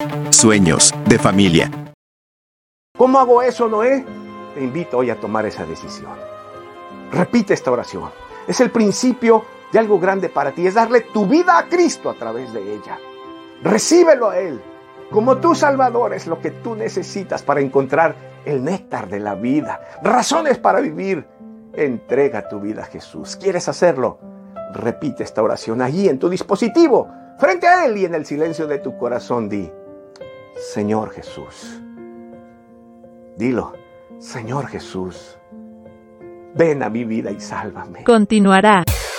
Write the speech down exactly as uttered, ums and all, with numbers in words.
Sueños de familia. ¿Cómo hago eso, Noé? Te invito hoy a tomar esa decisión. Repite esta oración. Es el principio de algo grande para ti. Es darle tu vida a Cristo a través de ella. Recíbelo a Él como tu Salvador. Es lo que tú necesitas para encontrar el néctar de la vida. Razones para vivir. Entrega tu vida a Jesús. ¿Quieres hacerlo? Repite esta oración allí en tu dispositivo, frente a Él, y en el silencio de tu corazón di: Señor Jesús. Dilo: Señor Jesús, ven a mi vida y sálvame. Continuará.